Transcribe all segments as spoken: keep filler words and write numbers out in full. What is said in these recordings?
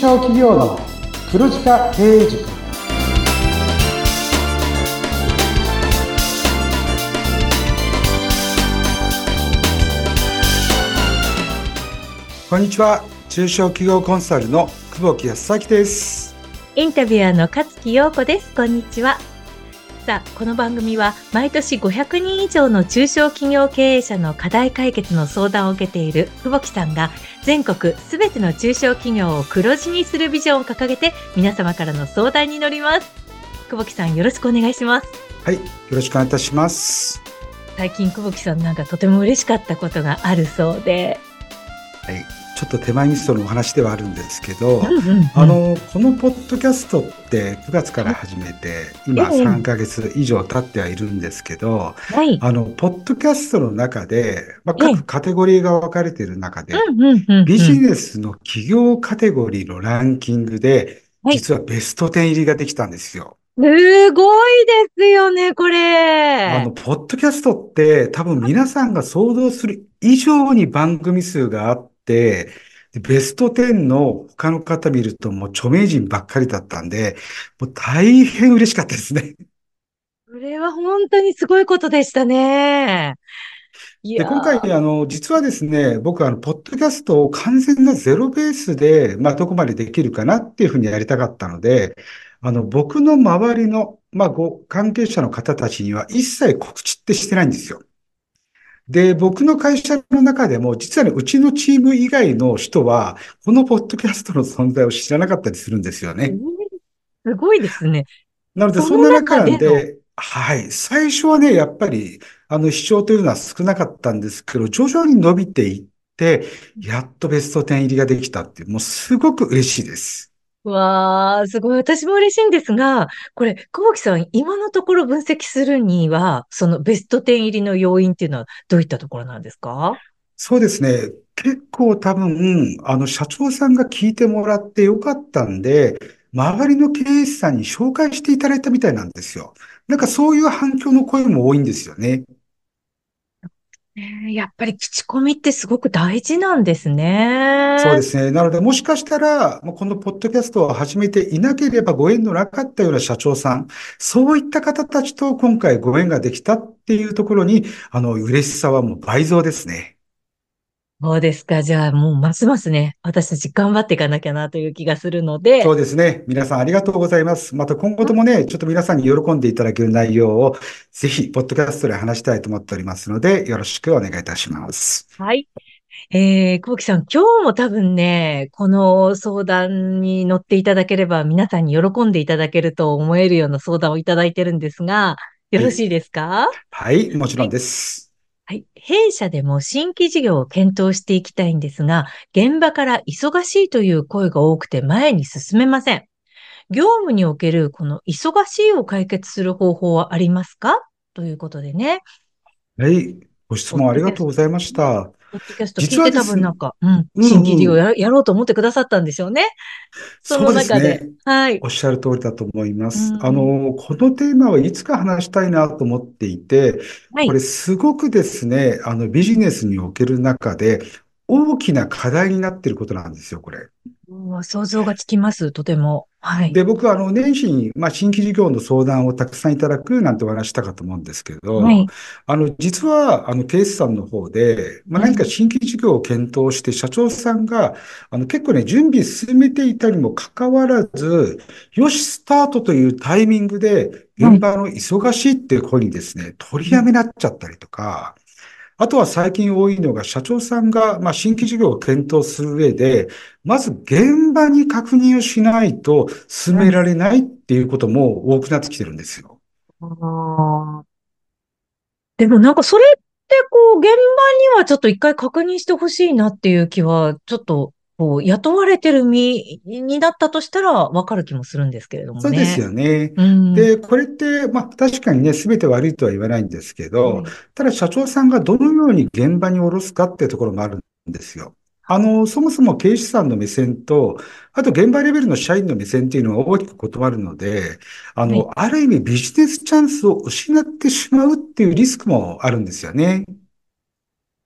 小企業の黒字化経営塾。こんにちは。中小企業コンサルの久保木康明です。 インタビュアーの勝木陽子です。こんにちは。さあ、この番組は毎年ごひゃくにん以上の中小企業経営者の課題解決の相談を受けている久保木さんが、全国すべての中小企業を黒字にするビジョンを掲げて皆様からの相談に乗ります。久保木さん、よろしくお願いします。 はい、よろしくお願いいたします。 最近久保木さん、なんかとても嬉しかったことがあるそうで。 はい、ちょっと手前味噌のお話ではあるんですけど、 うんうんうん、 あのこのポッドキャストってくがつから始めて、今さんかげつ以上経ってはいるんですけど、 はい、 あのポッドキャストの中で、まあ、 ええ、 各カテゴリーが分かれている中で、 うんうんうんビうん、 ジネスの企業カテゴリーのランキングで、 はい、 実はベストじゅう入りができたんですよ。 すごいですよね、これ。 あの、ポッドキャストって多分皆さんが想像する以上に番組数があって、でベストじゅうの他の方見るともう著名人ばっかりだったんで、もう大変嬉しかったですね。 これは本当にすごいことでしたね。いで、 や今回、 ー、 あの、実はですね、僕、あの、ポッドキャストを完全なゼロベースで、まあ、どこまでできるかなっていうふうにやりたかったので、あの、僕の周りの、まあ、ご関係者の方たちには一切告知ってしてないんですよ。で、僕の会社の中でも、実はね、うちのチーム以外の人は、このポッドキャストの存在を知らなかったりするんですよえーね。 すごいですね。 なので、 そのそんな中な中での、 んで、はい、最初はね、やっぱり、あの、視聴というのは少なかったんですけど、徐々に伸びていって、やっとベストじゅう入りができたっていう、もうすごく嬉しいです。 わー、すごい。私も嬉しいんですが、これ、久保木さん、今のところ分析するには、そのベストじゅう入りの要因っていうのはどういったところなんですか？ そうですね。結構多分、あの、社長さんが聞いてもらってよかったんで、周りの経営者さんに紹介していただいたみたいなんですよ。なんかそういう反響の声も多いんですよね。 ねえ、やっぱり口コミってすごく大事なんですね。 そうですね。なので、もしかしたら、もうこのポッドキャストを始めていなければご縁のなかったような社長さん、そういった方たちと今回ご縁ができたっていうところに、あの、嬉しさはもう倍増ですね。 そうですか。じゃあ、もうますますね、私たち頑張っていかなきゃなという気がするので、 そうですね。皆さんありがとうございます。また今後ともね、ちょっと皆さんに喜んでいただける内容を、ぜひ、ポッドキャストで話したいと思っておりますので、よろしくお願いいたします。 はい。えー、久保木さん、今日も多分ね、この相談に乗っていただければ皆さんに喜んでいただけると思えるような相談をいただいてるんですが、よはい。 ろしいですか？ はい、もちろんはい。 です。 はい。弊社でも新規事業を検討していきたいんですが、現場から忙しいという声が多くて前に進めません。業務におけるこの忙しいを解決する方法はありますか？ということでね、 はい。ご質ポッ問ありがドキャスト、 とうございましね、 た。 ポッドキャスト聞いて多実はですね、 分なんか、うん、 う新規事んうん。 業や、やろうと思ってくださったんでしょうね。そのそうです中で。 ね。 はい。 おっしゃる通りだと思いまうす。あん。 の、このテーマはいつか話したいなと思っていて、 はい。 これすごくですね、あのビジネスにおける中で大きな課題になっていることなんですよ、これ。 うん、想像がつきます、とても。はい。 で、僕はあの年始に、まあ、新規事業の相談をたくさんいただくなんてお話したかと思うんですけど、 はい。 あの、実は、あの、ケイスさんの方で、まあ、何かうん。 新規事業を検討して、社長さんが、あの、結構ね、準備進めていたにもかかわらず、よし、スタートというタイミングで、 はい。 現場の忙しいっていう声にですね、取りやめになっちゃったりとか、あとは最近多いのが、社長さんが、まあ、新規事業を検討する上で、まず現場に確認をしないと進めうん。 られないっていうことも多くなってきてるんですよ。 あー、でもなんかそれってこう、現場にはちょっと一回確認してほしいなっていう気は、ちょっと、こう、雇われてる身になったとしたらわかる気もするんですけれどもそうですね。 よね。 うん。 で、これって、まあ、確かにね、すべて悪いとは言わないんですけど、 はい。 ただ社長さんがどのように現場に下ろすかっていうところもあるんですよ。あの、そもそも経営者さんの目線と、あと現場レベルの社員の目線っていうのは大きく異なるので、あはい。 の、ある意味ビジネスチャンスを失ってしまうっていうリスクもあるんですよね。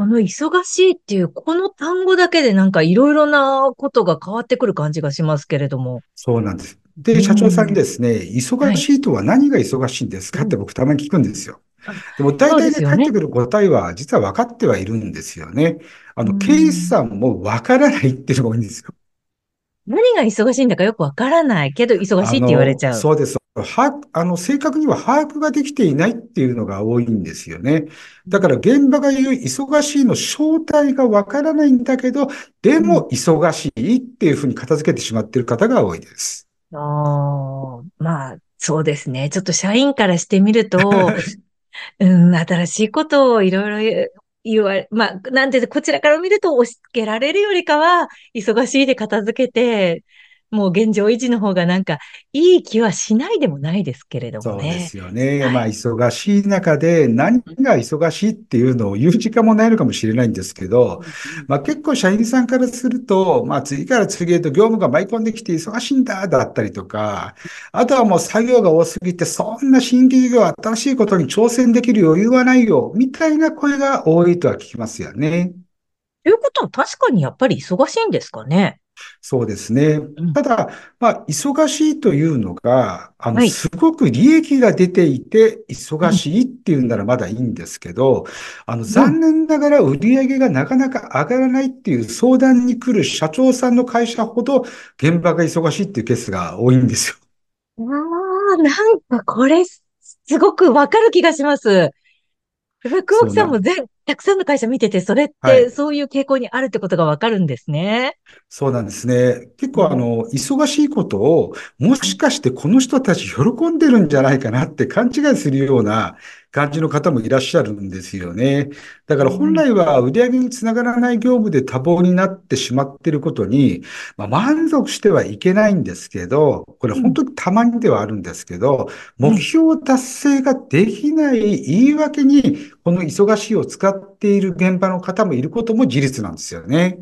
この忙しいっていう、この単語だけでなんかいろいろなことが変わってくる感じがしますけれども。 そうなんです。 うで、社長さんにん。 ですね、 はい。 忙しいとは何が忙しいんですかっうん。 て僕たまに聞くんですよ。 あ、 でも大そうで体ね、 すよね。 返ってくる答えは実は分かってはいるんですよね。あうの、経営士ん。 さんも分からないっていうのが多いんですよ。 何が忙しいんだかよくわからないけど忙しいって言われあの、 ちゃう。 そうです。把握、あの、正確には把握ができていないっていうのが多いんですよね。だから現場が言う忙しいの正体がわからないんだけど、でうん。 も忙しいっていうふうに片付けてしまっている方が多いです。 ああ、まあ、そうですね。ちょっと社員からしてみると、うん、新しいことをいろいろ言われ、まあ、なんていうのこちらから見ると押し付けられるよりかは、忙しいで片付けて、もう現状維持の方がなんか、いい気はしないでもないですけれどもね。 そうですよね。まあ、 はい。 忙しい中で何が忙しいっていうのを言う時間もないのかもしれないんですけど、 うんうんまあ結構社員さんからすると、まあ次から次へと業務が舞い込んできて忙しいんだ、だったりとか、あとはもう作業が多すぎて、そんな新規事業、新しいことに挑戦できる余裕はないよ、みたいな声が多いとは聞きますよね。 ということは確かにやっぱり忙しいんですかね。 そうですね。 うん。 ただ、まあ、忙しいというのが、あの、 はい。 すごく利益が出ていて、忙うん。 しいっていうならまだいいんですけど、あの、 うん。 残念ながら売り上げがなかなか上がらないっていう相談に来る社長さんの会社ほど、現場が忙しいっていうケースが多いんですよ。 ああ、なんかこれ、すごくわかる気がします。やっぱり久保木そうな、 さんも全、たくさんの会社見てて、それってはい。 そういう傾向にあるってことがわかるんですね。 そうなんですね。結うん。 構あの、忙しいことを、もはい。 しかしてこの人たち喜んでるんじゃないかなって勘違いするような感じの方もいらっしゃるんですよね。だから本はい。 来は売上につながらない業務で多忙になってしまっていることに、まあ、満足してはいけないんですけど、これうん。 本当にたまにではあるんですけど、目はい。 標達成ができない言い訳に、この忙しいを使っている現場の方もいることも事実なんですよね。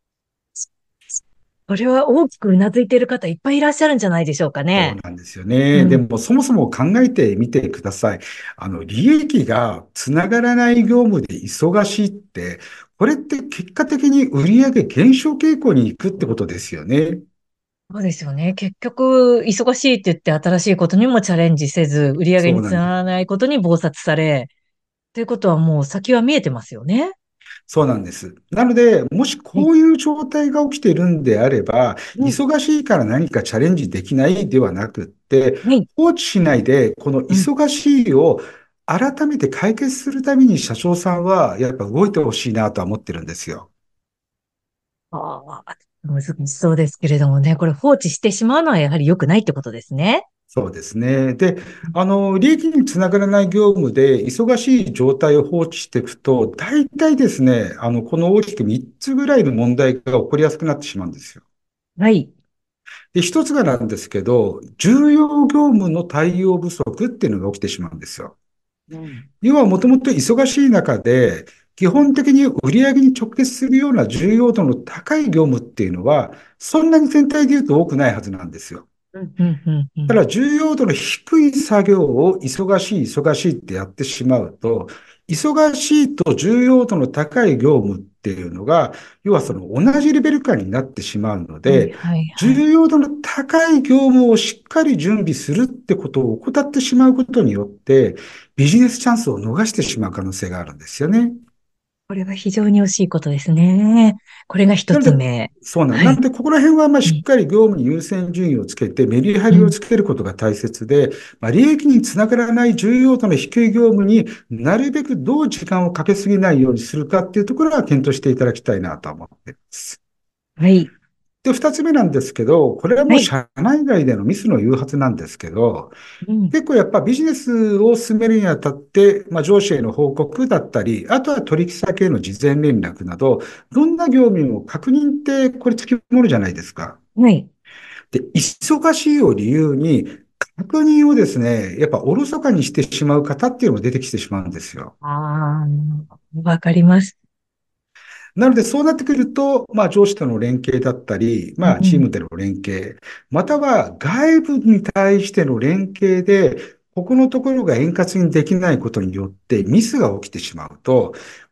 これは大きくうなずいている方いっぱいいらっしゃるんじゃないでしょうかね。 そうなんですよね。でうん。 も、そもそも考えてみてください。あの、利益がつながらない業務で忙しいって、これって結果的に売上減少傾向に行くってことですよね。 そうですよね。結局、忙しいって言って新しいことにもチャレンジせず、売り上げにつながそうなんです。 らないことに忙殺され、ということはもう先は見えてますよね。 そうなんです。なので、もしはい。 こういう状態が起きているんであれば、 うん。 忙しいから何かチャレンジできないではなくって、 はい。 放置しないで、このうん。 忙しいを改めて解決するために社長さんはやっぱ動いてほしいなとは思ってるんですよ。 ああ、難しそうですけれどもね、これ放置してしまうのはやはり良くないってことですね。 そうですね。で、あの、利益につながらない業務で忙しい状態を放置していくと、大体ですね、あの、この大きくみっつぐらいの問題が起こりやすくなってしまうんですよ。 はい。 で、一つがなんですけど、重要業務の対応不足っていうのが起きてしまうんですよ。 うん。 要はもともと忙しい中で、基本的に売上に直結するような重要度の高い業務っていうのは、そんなに全体で言うと多くないはずなんですよ。 うん、うん、うん、うん。 ただ、重要度の低い作業を忙しい、忙しいってやってしまうと、忙しいと重要度の高い業務っていうのが、要はその同じレベル感になってしまうのはい、 で、 はい、はい。 重要度の高い業務をしっかり準備するってことを怠ってしまうことによって、ビジネスチャンスを逃してしまう可能性があるんですよね。 これは非常に惜しいことですね。これが一なので、 つ目。 そうなん、 はい。 なので、ここら辺はまあうん、 しっかり業務に優先順位をつけて、メリハうん。 リをつけることが大切で、まあ、利益につながらない重要度の低い業務になるべくどう時間をかけすぎないようにするかっていうところは検討していただきたいなと思っています。 はい。 で、二つ目なんですけど、これはもはい。 う社内外でのミスの誘発なんですけど、 うん。 結構やっぱビジネスを進めるにあたって、まあ、上司への報告だったり、あとは取引先への事前連絡など、どんな業務も確認ってこれつきものじゃないですか。 はい。 で、忙しいを理由に、確認をですね、やっぱおろそかにしてしまう方っていうのも出てきてしまうんですよ。 ああ、わかります。 なので、そうなってくると、まあ、上司との連携だったり、まあ、チーうん。 ムでの連携、または外部に対しての連携で、ここのところが円滑にできないことによってミスが起きてしまうと、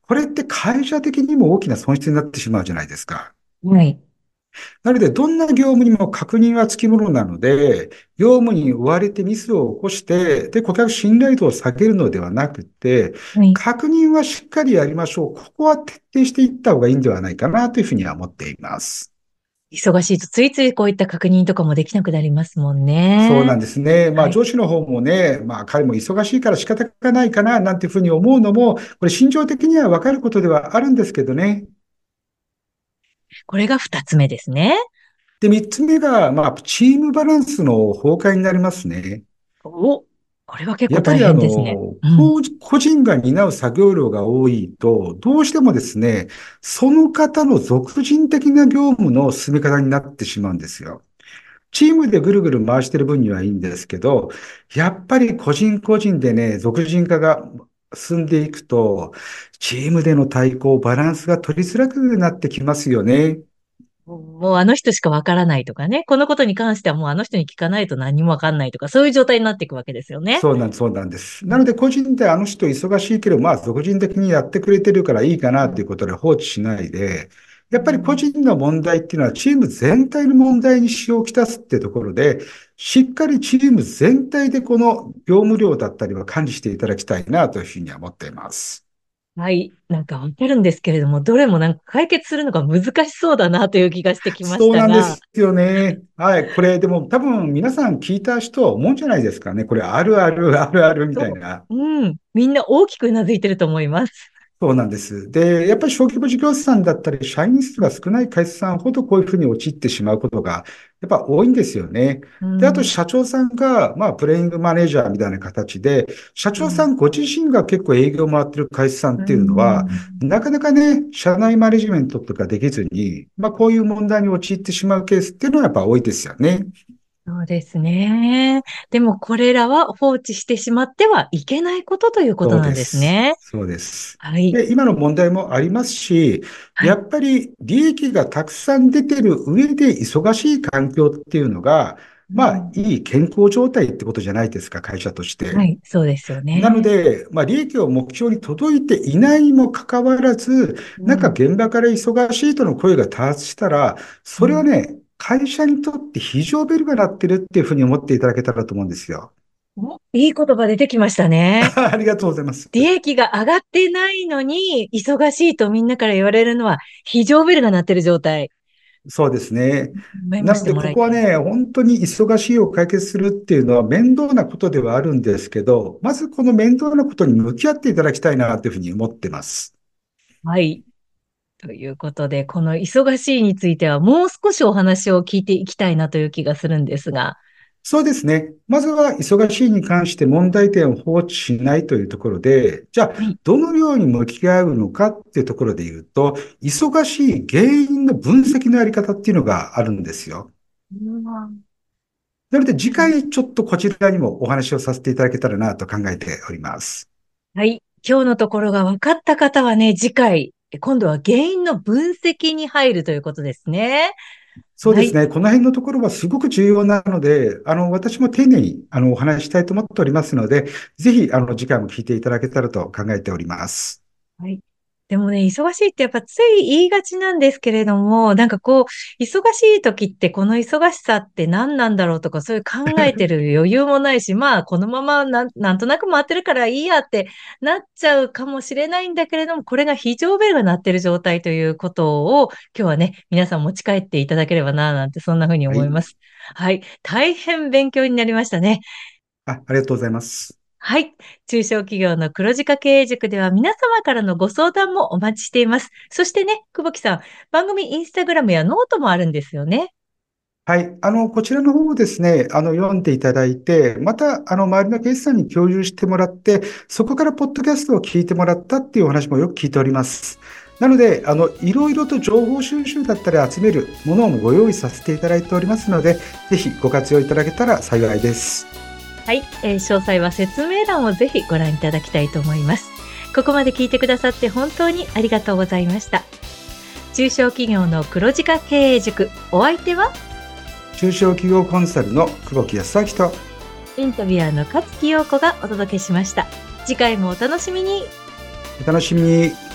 これって会社的にも大きな損失になってしまうじゃないですか。 はい。 なので、どんな業務にも確認はつきものなので、業務に追われてミスを起こして、で、顧客信頼度を下げるのではなくて、 はい。 確認はしっかりやりましょう。ここは徹底していった方がいいんではないかなというふうには思っています。 忙しいとついついこういった確認とかもできなくなりますもんね。 そうなんですね。まあ、 はい。 上司の方もね、まあ、彼も忙しいから仕方がないかな、なんていうふうに思うのも、これ、心情的にはわかることではあるんですけどね。 これが二つ目ですね。 で、三つ目が、まあ、チームバランスの崩壊になりますね。 お、これは結構大やっぱりあの、 変ですね。うん。 個個人が担う作業量が多いと、どうしてもですね、その方の属人的な業務の進め方になってしまうんですよ。チームでぐるぐる回してる分にはいいんですけど、やっぱり個人個人でね、属人化が進んでいくと、チームでの対抗、バランスが取りづらくなってきますよね。 もうあの人しかわからないとかね。このことに関してはもうあの人に聞かないと何もわかんないとか、そういう状態になっていくわけですよね。 そうなん、そうなんです。 うん。 なので、個人であの人忙しいけど、まあ、属人的にやってくれてるからいいかなということで放置しないで、やっぱり個人の問題っていうのはチーム全体の問題に支をきたすっていうところで、しっかりチーム全体でこの業務量だったりは管理していただきたいなというふうには思っています。 はい。なんかわかるんですけれども、どれもなんか解決するのが難しそうだなという気がしてきましそうなんでたが、 すよね。はい。これ、でも多分皆さん聞いた人は思うんじゃないですかね。これ、あるある、あるあるみたいそな。 う。うん。みんな大きくうなずいてると思います。 そうなんです。で、やっぱり小規模事業者さんだったり、社員数が少ない会社さんほどこういうふうに陥ってしまうことが、やっぱ多いんですよね。で、あとうん。 社長さんが、まあ、プレイングマネージャーみたいな形で、社うん。 長さんご自身が結構営業回ってる会社さんうっていうのは、 ん。 なかなかね、社内マネジメントとかできずに、まあ、こういう問題に陥ってしまうケースっていうのはやっぱ多いですよね。 そうですね。でもこれらは放置してしまってはいけないことということそうなんですです。 ね。 そうです。 はい。 で、今の問題もありますし、 はい。 やっぱり利益がたくさん出てる上で忙しい環境っていうのが、まあ、 うん。 いい健康状態ってことじゃないですか、会社として。 はい。そうですよなのね。 で、まあ、利益を目標に届いていないにもかかわらず、なんかうん。 現場から忙しいとの声が多発したら、それはうん。 ね、会社にとって非常ベルが鳴ってるっていうふうに思っていただけたらと思うんですよ。 お、いい言葉出てきましたね。 ありがとうございます。 利益が上がってないのに、忙しいとみんなから言われるのは、非常ベルが鳴ってる状態。 そうですね。 メモしてなので、 もらいたい。 ここはね、本当に忙しいを解決するっていうのは面倒なことではあるんですけど、まずこの面倒なことに向き合っていただきたいなというふうに思ってます。 はい。ということで、この忙しいについてはもう少しお話を聞いていきたいなという気がするんですが。 そうですね。まずは忙しいに関して問題点を放置しないというところで、じゃあ、 はい。 どのように向き合うのかっていうところで言うと、忙しい原因の分析のやり方っていうのがあるんですよ。 うん。 なので、次回ちょっとこちらにもお話をさせていただけたらなと考えております。 はい。今日のところが分かった方はね、次回、今度は原因の分析に入るということですね。はい。 そうですね。この辺のところはすごく重要なので、あの、私も丁寧に、あの、お話ししたいと思っておりますので、ぜひ、あの、次回も聞いていただけたらと考えております。 はい。でもね、忙しいってやっぱつい言いがちなんですけれども、なんかこう、忙しい時ってこの忙しさって何なんだろうとか、そういう考えてる余裕もないし、まあ、このままなん、なんとなく回ってるからいいやってなっちゃうかもしれないんだけれども、これが非常ベルが鳴ってる状態ということを、今日はね、皆さん持ち帰っていただければな、なんてそんな風にはい。 思います。はい。大変勉強になりましたね。 あ、ありがとうございます。 はい。中小企業の黒字化経営塾では皆様からのご相談もお待ちしています。そしてね、久保木さん、番組インスタグラムやノートもあるんですよね。 はい。あの、こちらの方をですね、あの、読んでいただいて、また、あの、周りの経営者さんに共有してもらって、そこからポッドキャストを聞いてもらったっていうお話もよく聞いております。なので、あの、いろいろと情報収集だったり集めるものもご用意させていただいておりますので、ぜひご活用いただけたら幸いです。 はい。えー詳細は説明欄をぜひご覧いただきたいと思います。ここまで聞いてくださって本当にありがとうございました。中小企業の黒字化経営塾、お相手は中小企業コンサルの久保木康明と、 インタビュアーの勝木陽子がお届けしました。次回もお楽しみに。 お楽しみに。